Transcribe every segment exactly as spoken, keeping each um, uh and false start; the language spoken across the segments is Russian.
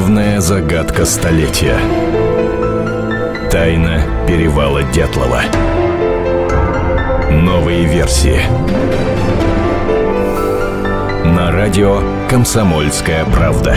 Главная загадка столетия. Тайна перевала Дятлова. Новые версии. На радио «Комсомольская правда».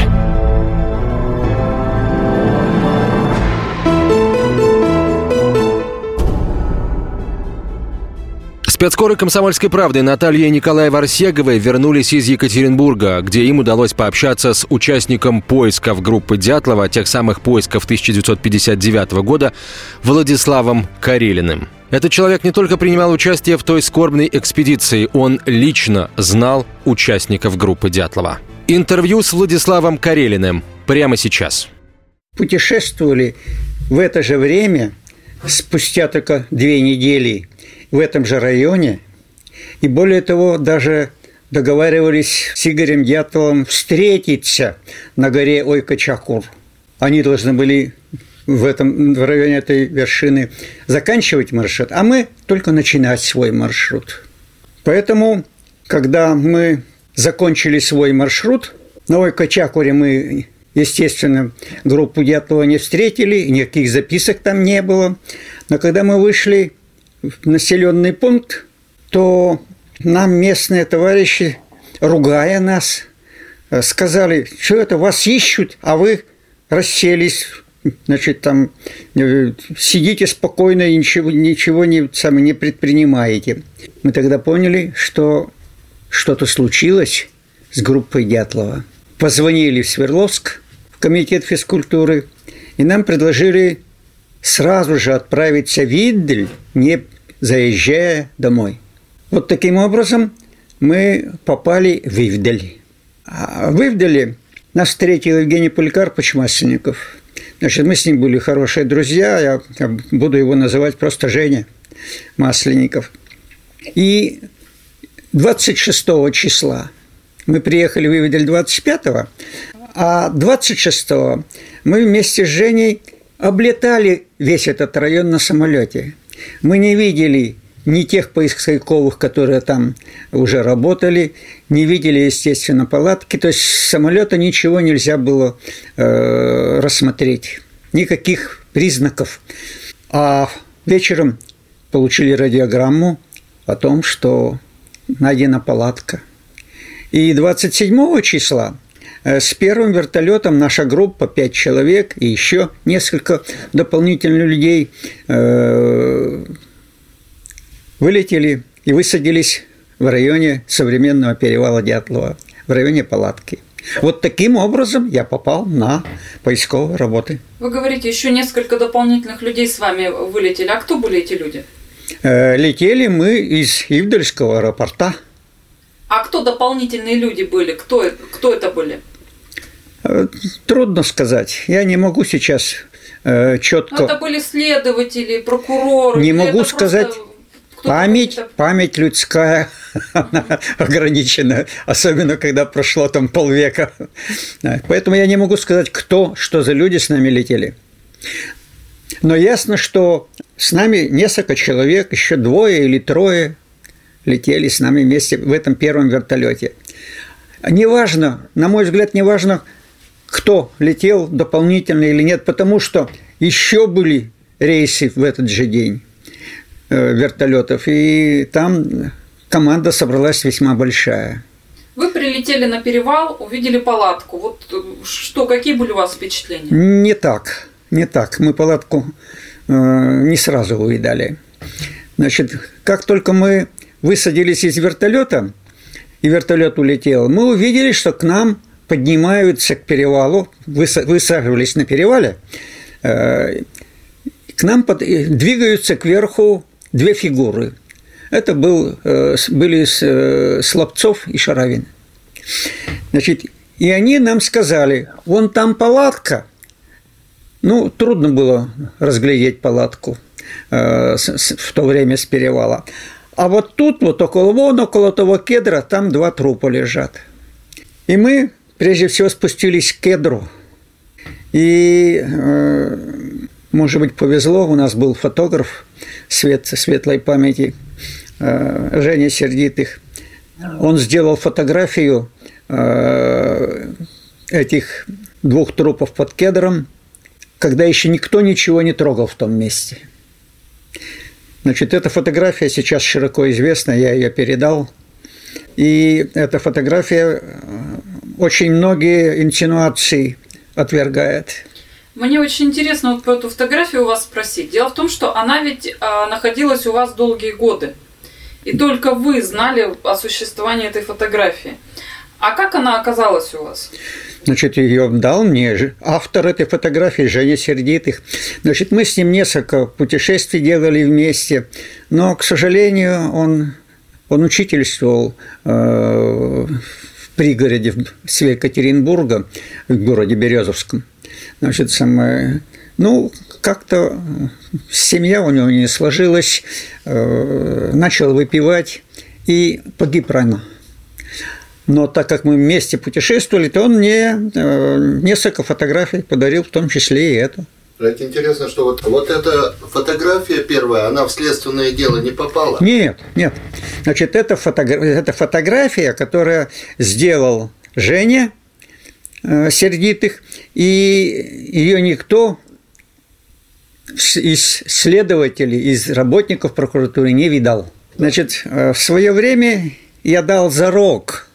Спецскоры «Комсомольской правды» Наталья и Николай Варсеговы вернулись из Екатеринбурга, где им удалось пообщаться с участником поисков группы Дятлова, тех самых поисков тысяча девятьсот пятьдесят девятого года, Владиславом Карелиным. Этот человек не только принимал участие в той скорбной экспедиции, он лично знал участников группы Дятлова. Интервью с Владиславом Карелиным прямо сейчас. Путешествовали в это же время, спустя только две недели, в этом же районе. И более того, даже договаривались с Игорем Дятловым встретиться на горе Ойко-Чакур. Они должны были в этом в районе этой вершины заканчивать маршрут, а мы только начинать свой маршрут. Поэтому, когда мы закончили свой маршрут, на Ойко-Чакуре мы, естественно, группу Дятлова не встретили, никаких записок там не было. Но когда мы вышли в населенный пункт, то нам местные товарищи, ругая нас, сказали, что это вас ищут, а вы расселись, значит, там сидите спокойно и ничего, ничего не, сами не предпринимаете. Мы тогда поняли, что что-то случилось с группой Дятлова. Позвонили в Свердловск, в комитет физкультуры, и нам предложили сразу же отправиться в Виддель, не заезжая домой. Вот таким образом мы попали в Ивдель. А в Ивделе нас встретил Евгений Поликарпович Масленников. Значит, мы с ним были хорошие друзья, я буду его называть просто Женя Масленников. И двадцать шестого числа мы приехали в Ивдель двадцать пятого, а двадцать шестого мы вместе с Женей облетали весь этот район на самолете. Мы не видели ни тех поисковых, которые там уже работали, не видели, естественно, палатки. То есть с самолета ничего нельзя было э, рассмотреть, никаких признаков. А вечером получили радиограмму о том, что найдена палатка. И двадцать седьмого числа с первым вертолетом наша группа, пять человек и еще несколько дополнительных людей э, вылетели и высадились в районе современного перевала Дятлова, в районе палатки. Вот таким образом я попал на поисковые работы. Вы говорите, еще несколько дополнительных людей с вами вылетели. А кто были эти люди? Э, летели мы из Ивдельского аэропорта. А кто дополнительные люди были? Кто, кто это были? Трудно сказать. Я не могу сейчас э, четко... Но это были следователи, прокуроры? Не могу сказать. Память, память людская, она ограничена, особенно когда прошло там полвека. Поэтому я не могу сказать, кто, что за люди с нами летели. Но ясно, что с нами несколько человек, еще двое или трое летели с нами вместе в этом первом вертолете. Неважно, на мой взгляд, неважно, кто летел дополнительно или нет, потому что еще были рейсы в этот же день вертолетов, и там команда собралась весьма большая. Вы прилетели на перевал, увидели палатку. Вот что, какие были у вас впечатления? Не так, не так. Мы палатку э, не сразу увидали. Значит, как только мы высадились из вертолета, и вертолет улетел, мы увидели, что к нам поднимаются к перевалу, высаживались на перевале, э, к нам под, двигаются кверху две фигуры. Это был, э, были э, Слабцов и Шаравин. Значит, и они нам сказали, вон там палатка. Ну, трудно было разглядеть палатку э, с, с, в то время с перевала. А вот тут, вот около, вон, около того кедра, там два трупа лежат. И мы, прежде всего, спустились к кедру. И, э, может быть, повезло, у нас был фотограф свет, светлой памяти, э, Женя Сердитых. Он сделал фотографию э, этих двух трупов под Кедром, когда еще никто ничего не трогал в том месте. Значит, эта фотография сейчас широко известна, я ее передал. И эта фотография очень многие инсинуации отвергает. Мне очень интересно вот про эту фотографию у вас спросить. Дело в том, что она ведь а, находилась у вас долгие годы. И только вы знали о существовании этой фотографии. А как она оказалась у вас? Значит, ее дал мне автор этой фотографии, Женя Сердитых. Значит, мы с ним несколько путешествий делали вместе, но, к сожалению, он, он учительствовал э, в пригороде с Екатеринбурга, в городе Березовском. Значит, самое, ну, как-то семья у него не сложилась, э, начал выпивать и погиб рано. Но так как мы вместе путешествовали, то он мне э, несколько фотографий подарил, в том числе и эту. Это интересно, что вот, вот эта фотография первая, она в следственное дело не попала? Нет, нет. Значит, это, фотогра... это фотография, которую сделал Женя э, Сердитых, и ее никто из следователей, из работников прокуратуры не видал. Значит, э, в свое время я дал зарок.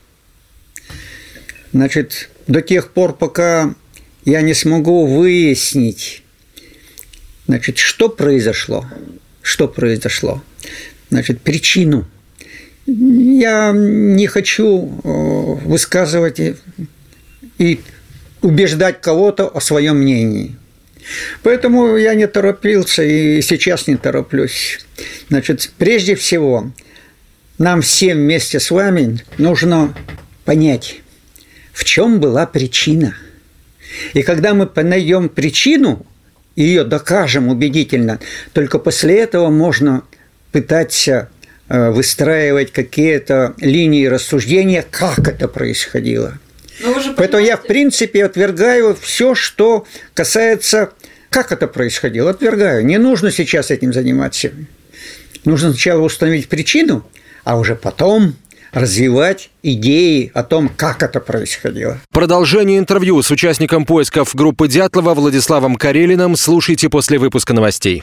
Значит, до тех пор, пока я не смогу выяснить, значит, что произошло, что произошло, значит, причину. Я не хочу высказывать и убеждать кого-то о своем мнении. Поэтому я не торопился и сейчас не тороплюсь. Значит, прежде всего, нам всем вместе с вами нужно понять, в чем была причина. И когда мы найдем причину, и ее докажем убедительно, только после этого можно пытаться выстраивать какие-то линии рассуждения, как это происходило. Поэтому я, в принципе, отвергаю все, что касается, как это происходило. Отвергаю. Не нужно сейчас этим заниматься. Нужно сначала установить причину, а уже потом развивать идеи о том, как это происходило. Продолжение интервью с участником поисков группы Дятлова Владиславом Карелиным слушайте после выпуска новостей.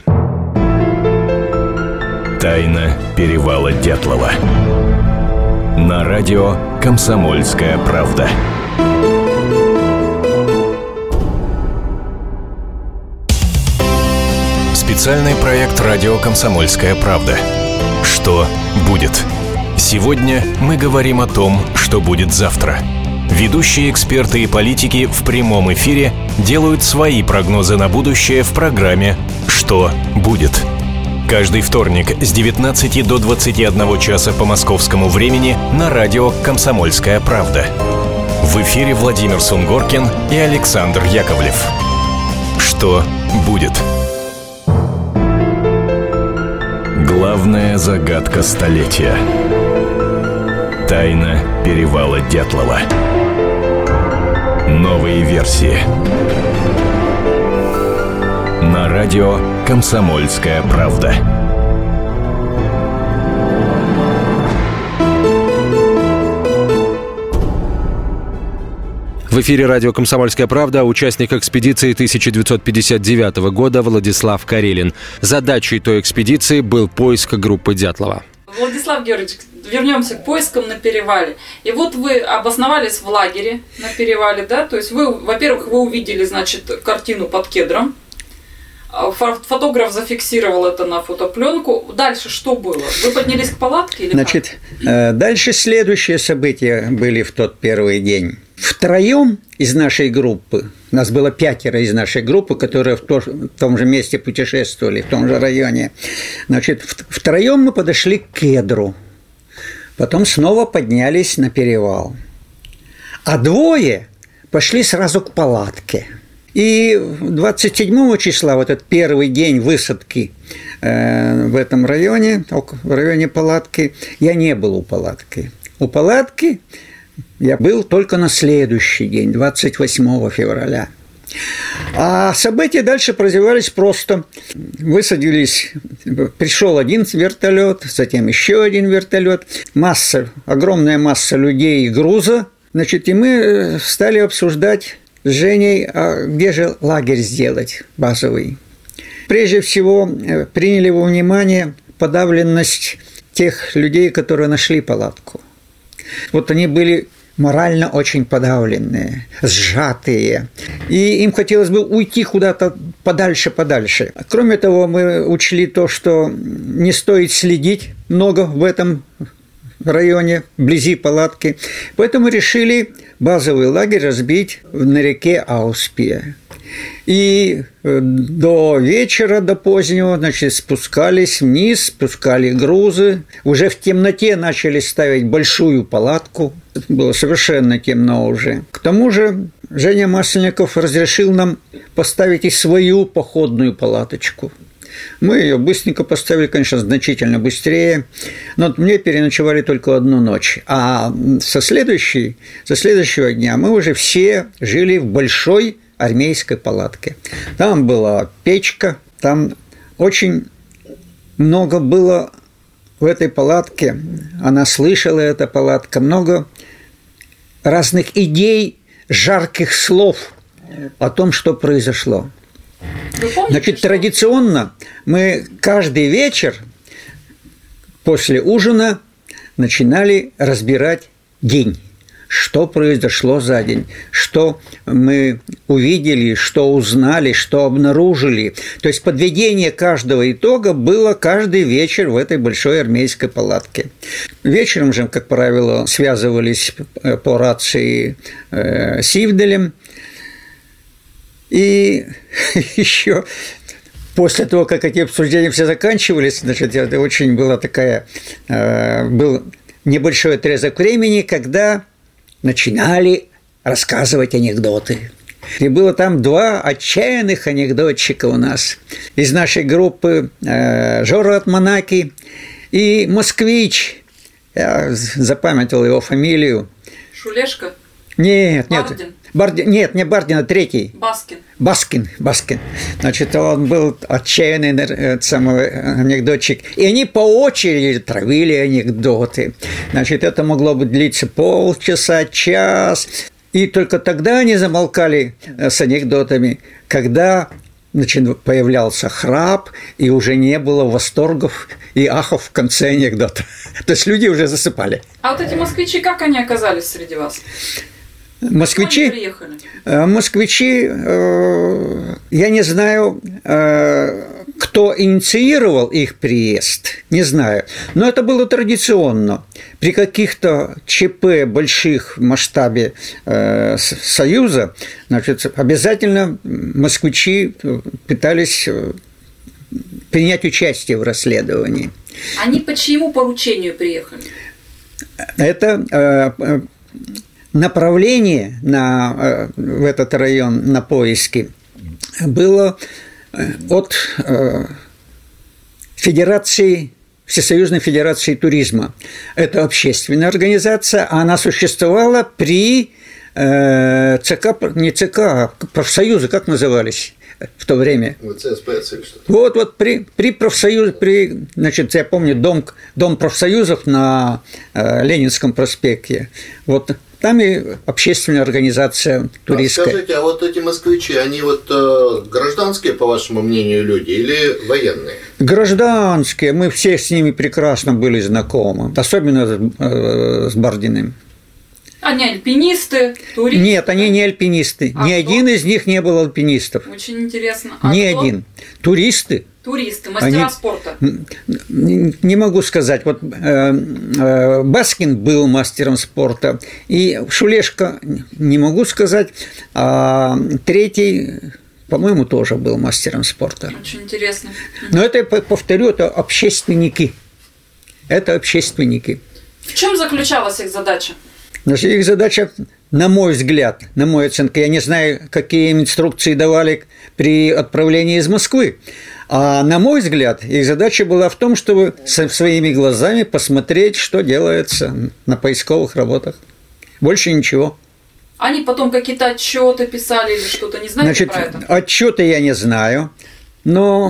Тайна перевала Дятлова. На радио «Комсомольская правда». Специальный проект «Радио Комсомольская правда». Что будет? Сегодня мы говорим о том, что будет завтра. Ведущие эксперты и политики в прямом эфире делают свои прогнозы на будущее в программе «Что будет?». Каждый вторник с девятнадцати до двадцати одного часа по московскому времени на радио «Комсомольская правда». В эфире Владимир Сунгоркин и Александр Яковлев. Что будет? Главная загадка столетия. Тайна перевала Дятлова. Новые версии. На радио «Комсомольская правда». В эфире радио «Комсомольская правда» участник экспедиции тысяча девятьсот пятьдесят девятого года Владислав Карелин. Задачей той экспедиции был поиск группы Дятлова. Владислав Георгиевич, вернемся к поискам на перевале. И вот вы обосновались в лагере на перевале, да? То есть вы, во-первых, вы увидели, значит, картину под Кедром. Фотограф зафиксировал это на фотопленку. Дальше что было? Вы поднялись к палатке или Значит, как? Дальше следующие события были в тот первый день. Втроем из нашей группы, нас было пятеро из нашей группы, которые в, то, в том же месте путешествовали, в том же районе. Значит, втроем мы подошли к Кедру, потом снова поднялись на перевал. А двое пошли сразу к палатке. И двадцать седьмого числа, вот этот первый день высадки э, в этом районе, в районе палатки, я не был у палатки. У палатки я был только на следующий день, двадцать восьмого февраля. А события дальше развивались просто. Высадились, пришел один вертолет, затем еще один вертолет, масса, огромная масса людей и груза. Значит, и мы стали обсуждать, с Женей, а где же лагерь сделать базовый. Прежде всего, приняли во внимание подавленность тех людей, которые нашли палатку. Вот они были морально очень подавленные, сжатые. И им хотелось бы уйти куда-то подальше-подальше. Кроме того, мы учли то, что не стоит следить много в этом районе, вблизи палатки. Поэтому решили базовый лагерь разбить на реке Ауспия. И до вечера, до позднего, значит, спускались вниз, спускали грузы. Уже в темноте начали ставить большую палатку. Было совершенно темно уже. К тому же Женя Масленников разрешил нам поставить и свою походную палаточку. Мы ее быстренько поставили, конечно, значительно быстрее, но мне переночевали только одну ночь. А со, следующей, со следующего дня мы уже все жили в большой армейской палатке. Там была печка, там очень много было в этой палатке, она слышала, эта палатка, много разных идей, жарких слов о том, что произошло. Помните, Значит, что? Традиционно мы каждый вечер после ужина начинали разбирать день. Что произошло за день, что мы увидели, что узнали, что обнаружили. То есть подведение каждого итога было каждый вечер в этой большой армейской палатке. Вечером же, как правило, связывались по рации с Ивделем. И еще после того, как эти обсуждения все заканчивались, значит, это очень была такая, был небольшой отрезок времени, когда начинали рассказывать анекдоты. И было там два отчаянных анекдотчика у нас из нашей группы, Жора Атманаки и москвич, я запамятовал его фамилию. Шулешко? Нет, нет. Бардин? Бардин, нет, не Бардин, а третий. Баскин. Баскин, Баскин. Значит, он был отчаянный самый анекдотчик. И они по очереди травили анекдоты. Значит, это могло бы длиться полчаса, час. И только тогда они замолкали с анекдотами, когда, значит, появлялся храп, и уже не было восторгов и ахов в конце анекдота. То есть люди уже засыпали. А вот эти москвичи, как они оказались среди вас? Москвичи, москвичи, я не знаю, кто инициировал их приезд, не знаю, но это было традиционно. При каких-то ЧП больших в масштабе Союза, значит, обязательно москвичи пытались принять участие в расследовании. Они по чьему поручению приехали? Это направление на, в этот район на поиски было от Федерации, Всесоюзной Федерации туризма. Это общественная организация, она существовала при ЦК, не ЦК, а профсоюзы, как назывались в то время? ЦСПС или что-то. Вот, вот при, при профсоюзе, при, значит, я помню, дом, дом профсоюзов на Ленинском проспекте. Вот там и общественная организация туристская. А скажите, а вот эти москвичи, они вот э, гражданские, по вашему мнению, люди или военные? Гражданские. Мы все с ними прекрасно были знакомы. Особенно э, с Бардиным. Они альпинисты, туристы? Нет, они не альпинисты. А Ни кто? Один из них не был альпинистов. Очень интересно. А Ни кто? один. Туристы. Туристы, мастера они... спорта. Не могу сказать. Вот э, э, Баскин был мастером спорта, и Шулешко не могу сказать, а третий, по-моему, тоже был мастером спорта. Очень интересно. Но это, повторю, это общественники. Это общественники. В чем заключалась их задача? Значит, их задача, на мой взгляд, на мой оценку, я не знаю, какие им инструкции давали при отправлении из Москвы, а на мой взгляд, их задача была в том, чтобы своими глазами посмотреть, что делается на поисковых работах. Больше ничего. Они потом какие-то отчеты писали или что-то, не знаете Значит, про это? Отчеты я не знаю, но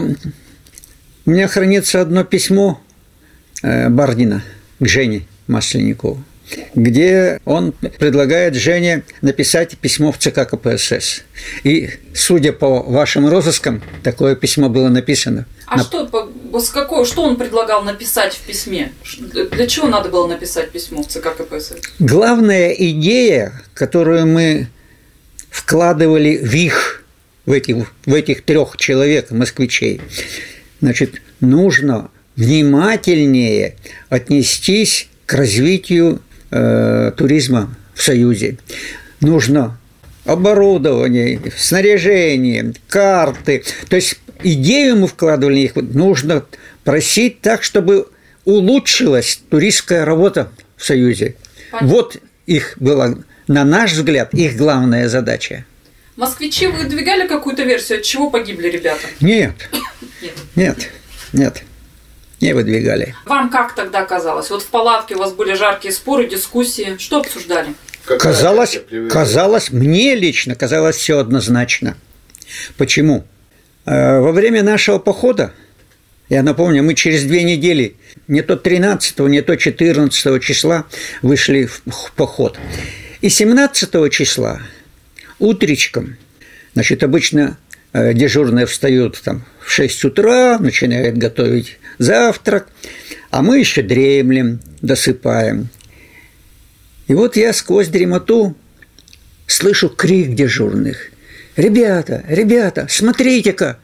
у меня хранится одно письмо Бардина к Жене Масленникову. где он предлагает Жене написать письмо в ЦК КПСС. И, судя по вашим розыскам, такое письмо было написано. А на... что, с какой, что он предлагал написать в письме? Для чего надо было написать письмо в ЦК КПСС? Главная идея, которую мы вкладывали в их, в этих, в этих трех человек, москвичей, значит, нужно внимательнее отнестись к развитию э, туризма в Союзе. Нужно оборудование, снаряжение, карты. То есть идею мы вкладывали, их нужно просить так, чтобы улучшилась туристская работа в Союзе. Понятно. Вот их была, на наш взгляд, их главная задача. Москвичи выдвигали какую-то версию, от чего погибли ребята? Нет. Нет. Нет. Нет. Не выдвигали. Вам как тогда казалось? Вот в палатке у вас были жаркие споры, дискуссии. Что обсуждали? Казалось, казалось, мне лично казалось все однозначно. Почему? Во время нашего похода, я напомню, мы через две недели, не то тринадцатого, не то четырнадцатого числа вышли в поход. И семнадцатого числа утречком, значит, обычно дежурные встают там в шесть утра, начинают готовить завтрак, а мы еще дремлем, досыпаем. И вот я сквозь дремоту слышу крик дежурных: «Ребята, ребята, смотрите-ка!»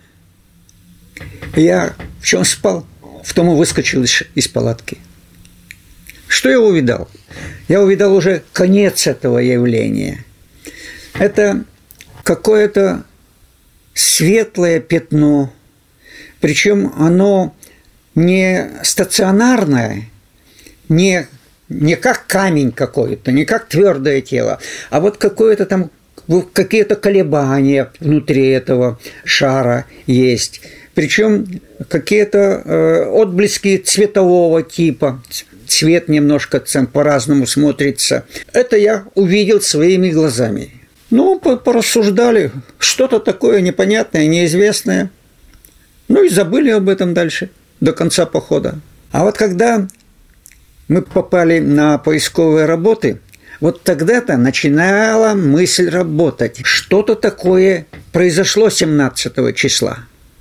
Я в чем спал, в том и выскочил из, из палатки. Что я увидал? Я увидал уже конец этого явления. Это какое-то светлое пятно, причем оно не стационарное, не, не как камень какой-то, не как твердое тело, а вот какое-то там, какие-то колебания внутри этого шара есть. Причем какие-то э, отблески цветового типа, цвет немножко там по-разному смотрится. Это я увидел своими глазами. Ну, порассуждали, что-то такое непонятное, неизвестное. Ну и забыли об этом дальше, до конца похода. А вот когда мы попали на поисковые работы, вот тогда-то начинала мысль работать. Что-то такое произошло семнадцатого числа.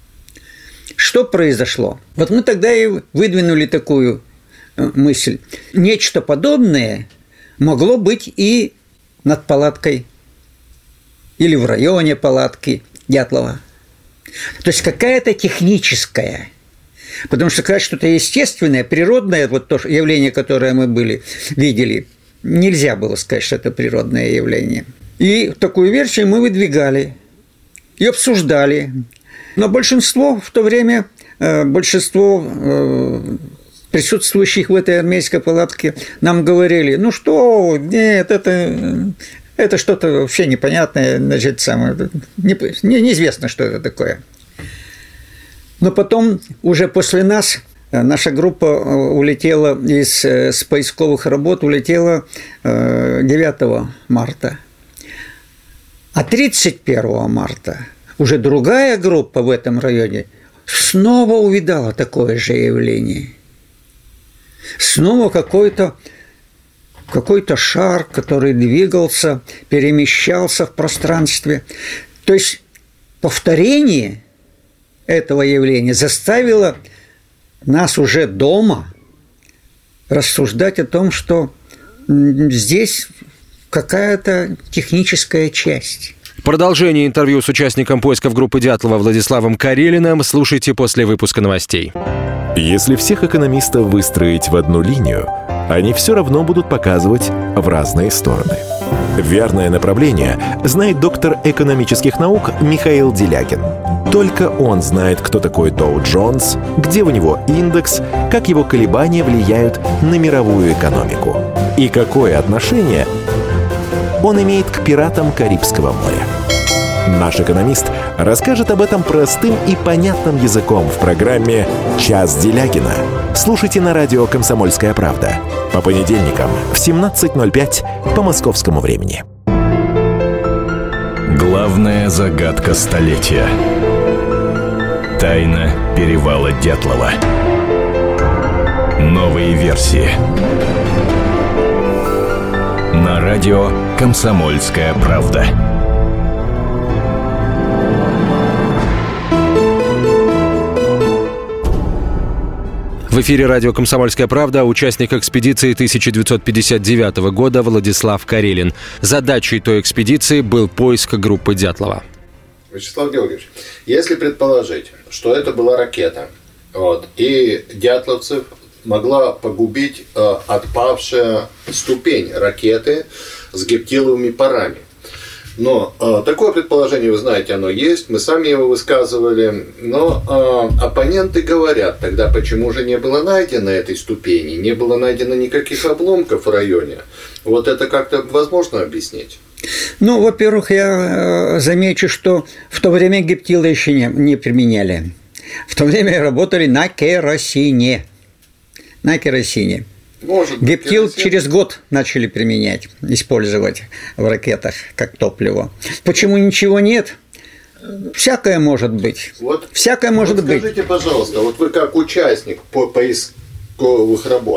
Что произошло? Вот мы тогда и выдвинули такую мысль. Нечто подобное могло быть и над палаткой или в районе палатки Дятлова. То есть какая-то техническая. Потому что сказать что-то естественное, природное, вот то явление, которое мы были, видели, нельзя было сказать, что это природное явление. И такую версию мы выдвигали и обсуждали. Но большинство в то время, большинство присутствующих в этой армейской палатке нам говорили: ну что, нет, это, это что-то вообще непонятное, значит, самое, не, неизвестно, что это такое. Но потом, уже после нас, наша группа улетела из с поисковых работ, улетела девятого марта. А тридцать первого марта уже другая группа в этом районе снова увидала такое же явление. Снова какой-то какой-то шар, который двигался, перемещался в пространстве. То есть повторение этого явления заставило нас уже дома рассуждать о том, что здесь какая-то техническая часть. Продолжение интервью с участником поисков группы Дятлова Владиславом Карелиным слушайте после выпуска новостей. Если всех экономистов выстроить в одну линию, они все равно будут показывать в разные стороны. Верное направление знает доктор экономических наук Михаил Делякин. Только он знает, кто такой Доу Джонс, где у него индекс, как его колебания влияют на мировую экономику и какое отношение он имеет к пиратам Карибского моря. Наш экономист расскажет об этом простым и понятным языком в программе «Час Делягина». Слушайте на радио «Комсомольская правда» по понедельникам в семнадцать ноль пять по московскому времени. Главная загадка столетия. Тайна перевала Дятлова. Новые версии. На радио «Комсомольская правда». В эфире радио «Комсомольская правда», участник экспедиции тысяча девятьсот пятьдесят девятого года Владислав Карелин. Задачей той экспедиции был поиск группы Дятлова. Вячеслав Георгиевич, если предположить, что это была ракета, вот, и дятловцев могла погубить э, отпавшая ступень ракеты с гептиловыми парами. Но э, такое предположение, вы знаете, оно есть, мы сами его высказывали, но э, оппоненты говорят, тогда почему же не было найдено этой ступени, не было найдено никаких обломков в районе. Вот это как-то возможно объяснить? Ну, во-первых, я замечу, что в то время гептилы еще не, не применяли. В то время работали на керосине. На керосине. Может быть, гептил керосин. через год начали применять, использовать в ракетах как топливо. Почему ничего нет? Всякое может быть. Вот, Всякое может вот быть. Скажите, пожалуйста, вот вы как участник по поисковых работ,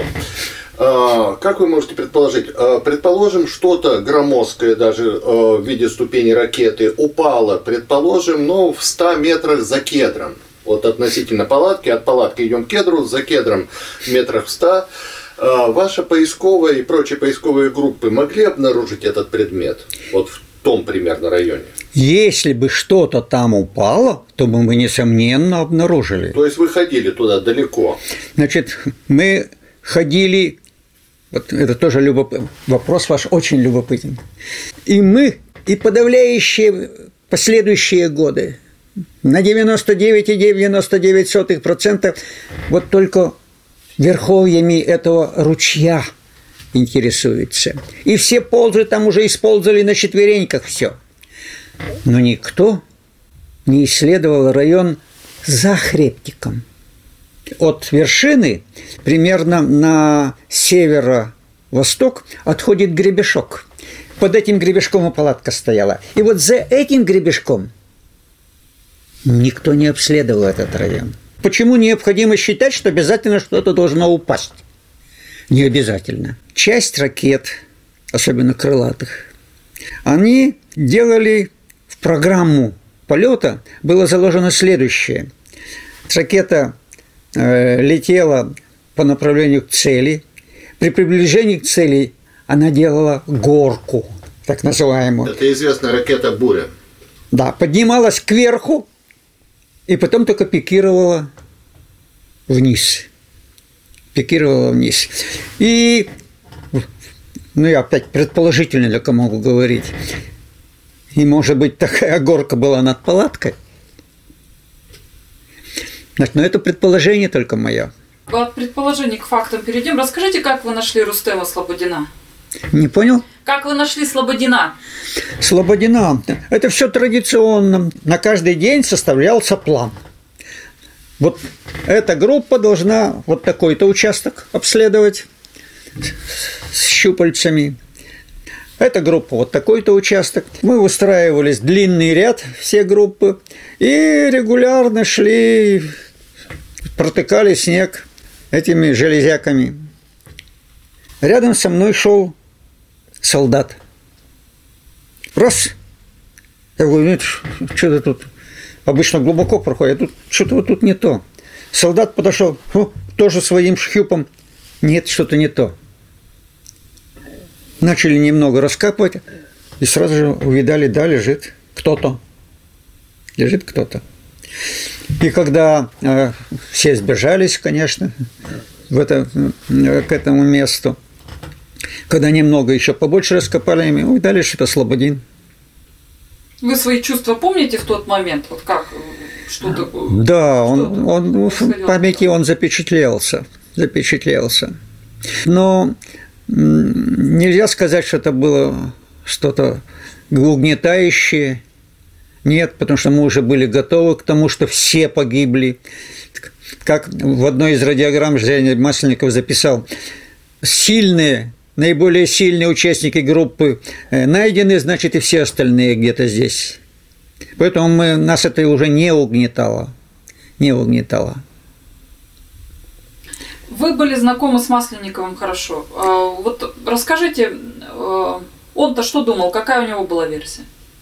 как вы можете предположить? Предположим, что-то громоздкое даже в виде ступени ракеты упало, предположим, но в ста метрах за кедром. Вот относительно палатки, от палатки идем к кедру, за кедром метрах в ста. Ваша поисковая и прочие поисковые группы могли обнаружить этот предмет вот в том примерно районе? Если бы что-то там упало, то бы мы, несомненно, обнаружили. То есть вы ходили туда далеко? Значит, мы ходили, вот это тоже любопытный, вопрос ваш очень любопытен. И мы, и подавляющие последующие годы, на девяносто девять целых девяносто девять сотых процента вот только верховьями этого ручья интересуются. И все ползы там уже исползали на четвереньках все. Но никто не исследовал район за хребтиком. От вершины примерно на северо-восток отходит гребешок. Под этим гребешком и палатка стояла. И вот за этим гребешком никто не обследовал этот район. Почему необходимо считать, что обязательно что-то должно упасть? Не обязательно. Часть ракет, особенно крылатых, они делали в программу полета, было заложено следующее. Ракета э, летела по направлению к цели. При приближении к цели она делала горку, так называемую. Это известная ракета «Буря». Да, поднималась кверху и потом только пикировала вниз. Пикировала вниз. И, ну, я опять предположительно только могу говорить, и, может быть, такая горка была над палаткой. Но это предположение только мое. От предположений к фактам перейдем. Расскажите, как вы нашли Рустема Слободина? Не понял? Как вы нашли Слободина? Слободина. Это все традиционно. На каждый день составлялся план. Вот эта группа должна вот такой-то участок обследовать с щупальцами. Эта группа вот такой-то участок. Мы выстраивались в длинный ряд, все группы, и регулярно шли, протыкали снег этими железяками. Рядом со мной шел солдат. Раз. Я говорю, нет, что-то тут обычно глубоко проходит, а тут что-то вот тут не то. Солдат подошел, о, тоже своим шхюпом. Нет, что-то не то. Начали немного раскапывать, и сразу же увидали, да, лежит кто-то. Лежит кто-то. И когда э, все сбежались, конечно, в это, к этому месту, когда немного еще побольше раскопали, мы увидали, что это Слободин. Вы свои чувства помните в тот момент? Вот как? Что такое? Да, он, он, в памяти он запечатлелся. Запечатлелся. Но нельзя сказать, что это было что-то угнетающее. Нет, потому что мы уже были готовы к тому, что все погибли. Как в одной из радиограмм Женя Масленников записал, сильные, наиболее сильные участники группы найдены, значит, и все остальные где-то здесь. Поэтому мы, нас это уже не угнетало. Не угнетало. Вы были знакомы с Масленниковым хорошо. Вот расскажите, он-то что думал, какая у него была версия?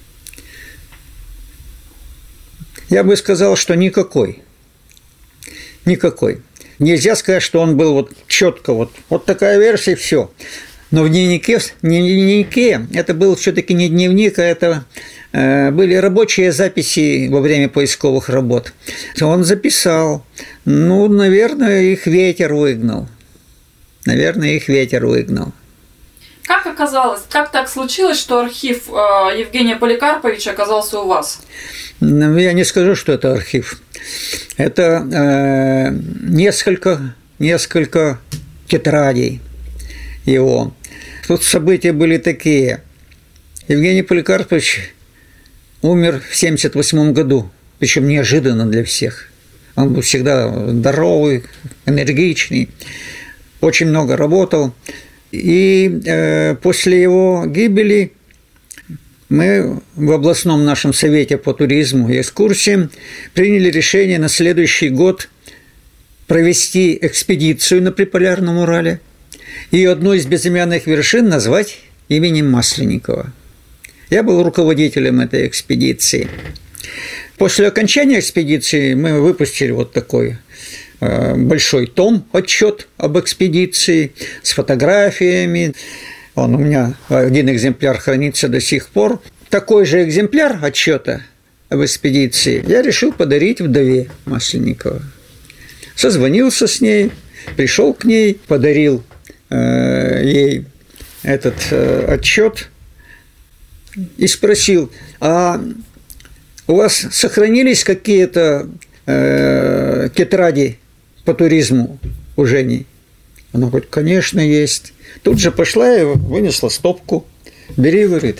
Я бы сказал, что никакой. Никакой. Нельзя сказать, что он был вот четко, вот, вот такая версия, все. Но в дневнике, в дневнике это был все-таки не дневник, а это э, были рабочие записи во время поисковых работ. Он записал. Ну, наверное, их ветер выгнал. Наверное, их ветер выгнал. Как оказалось, как так случилось, что архив э, Евгения Поликарповича оказался у вас? Ну, я не скажу, что это архив. Это э, несколько, несколько тетрадей его. Тут события были такие. Евгений Поликарпович умер в семьдесят восьмом году, причем неожиданно для всех. Он был всегда здоровый, энергичный, очень много работал. И э, после его гибели мы в областном нашем совете по туризму и экскурсиям приняли решение на следующий год провести экспедицию на Приполярном Урале и одну из безымянных вершин назвать именем Масленникова. Я был руководителем этой экспедиции. После окончания экспедиции мы выпустили вот такой большой том, отчет об экспедиции с фотографиями. Он у меня один экземпляр хранится до сих пор. Такой же экземпляр отчета об экспедиции я решил подарить вдове Масленникова. Созвонился с ней, пришел к ней, подарил э, ей этот э, отчет и спросил: а у вас сохранились какие-то э, тетради по туризму у Жени? Она говорит: конечно, есть. Тут же пошла и вынесла стопку. Бери, говорит.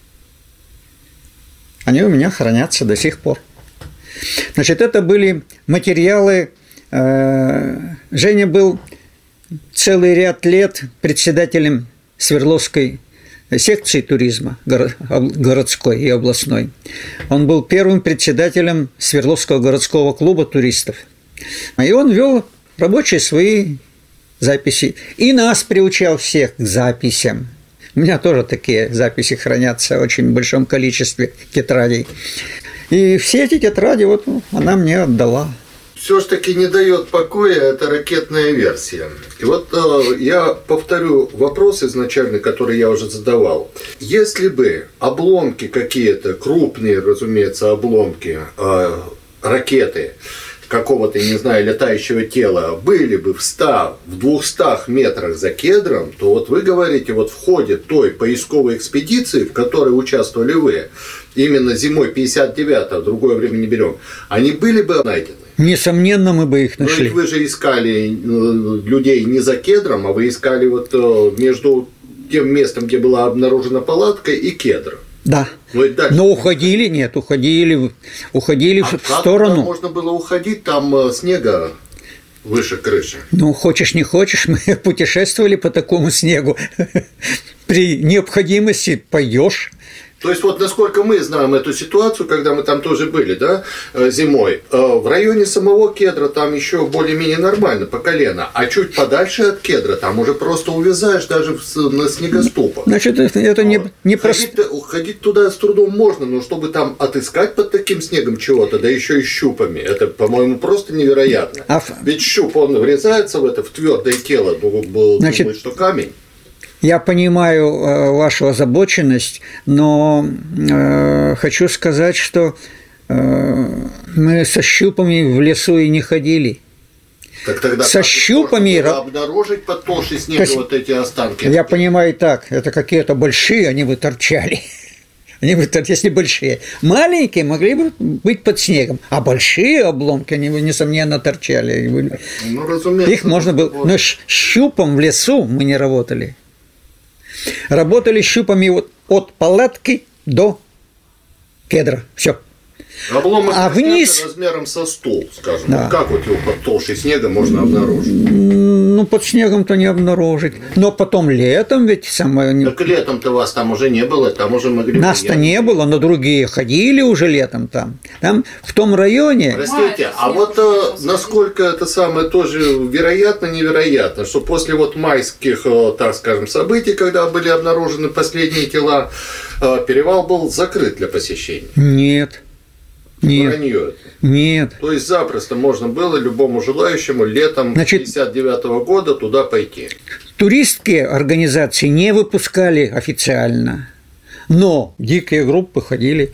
Они у меня хранятся до сих пор. Значит, это были материалы. Женя был целый ряд лет председателем Свердловской секции туризма, городской и областной. Он был первым председателем Свердловского городского клуба туристов. И он вел рабочие свои записи. И нас приучал всех к записям. У меня тоже такие записи хранятся в очень большом количестве тетрадей. И все эти тетради вот она мне отдала. Все-таки не дает покоя эта ракетная версия. И вот э, я повторю вопрос изначально, который я уже задавал. Если бы обломки какие-то, крупные, разумеется, обломки э, ракеты, какого-то, не знаю, летающего тела были бы в ста, в двухстах метрах за кедром, то вот вы говорите, вот в ходе той поисковой экспедиции, в которой участвовали вы, именно зимой пятьдесят девятого, другое время не берем, они были бы найдены? Несомненно, мы бы их нашли. Но ведь вы же искали людей не за кедром, а вы искали вот между тем местом, где была обнаружена палатка, и кедр. Да. Но уходили, нет, уходили, уходили а в сторону. Как можно было уходить, там снега выше крыши? Ну, хочешь не хочешь, мы путешествовали по такому снегу. При необходимости пойдешь. То есть, вот насколько мы знаем эту ситуацию, когда мы там тоже были, да, зимой, в районе самого кедра там еще более-менее нормально, по колено, а чуть подальше от кедра там уже просто увязаешь даже на снегоступах. Значит, это не, не ходить, просто... ходить туда с трудом можно, но чтобы там отыскать под таким снегом чего-то, да еще и щупами, это, по-моему, просто невероятно. А... Ведь щуп, он врезается в это, в твердое тело, думаю, Значит... что камень. Я понимаю э, вашу озабоченность, но э, хочу сказать, что э, мы со щупами в лесу и не ходили. Так тогда со щупами обнаружить под толщей снега вот эти останки. Я понимаю так, это какие-то большие, они бы торчали. Они бы торчали, если большие. Маленькие могли бы быть под снегом, а большие обломки, они бы, несомненно, торчали. Ну, разумеется. Их можно было. Вот. Но щупом в лесу мы не работали. Работали щупами вот от палатки до кедра. Все. Обломок а вниз размером со стол, скажем. Да. Как вот его под толщей снега можно обнаружить? Ну, под снегом-то не обнаружить. Но потом летом ведь самое... Так летом-то вас там уже не было, там уже могли... Нас-то не было, но другие ходили уже летом там. Там в том районе... Простите, а вот а, насколько это самое тоже вероятно, невероятно, что после вот майских, так скажем, событий, когда были обнаружены последние тела, перевал был закрыт для посещения? Нет. Нет. Вранье это. Нет. То есть запросто можно было любому желающему летом Значит, пятьдесят девятого года туда пойти. Туристские организации не выпускали официально, но дикие группы ходили.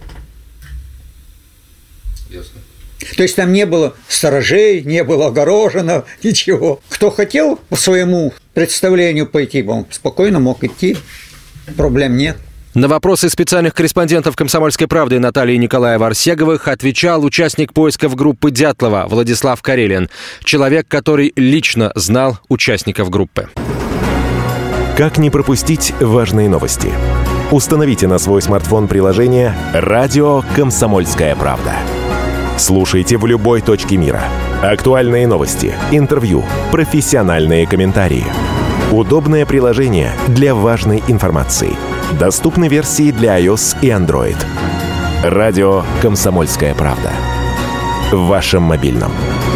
Ясно. То есть там не было сторожей, не было огорожено, ничего. Кто хотел по своему представлению пойти, он спокойно мог идти, проблем нет. На вопросы специальных корреспондентов «Комсомольской правды» Натальи Николаева-Арсеговых отвечал участник поисков группы Дятлова Владислав Карелин, человек, который лично знал участников группы. Как не пропустить важные новости? Установите на свой смартфон приложение «Радио Комсомольская правда». Слушайте в любой точке мира. Актуальные новости, интервью, профессиональные комментарии. Удобное приложение для важной информации. Доступны версии для iOS и Android. Радио «Комсомольская правда». В вашем мобильном.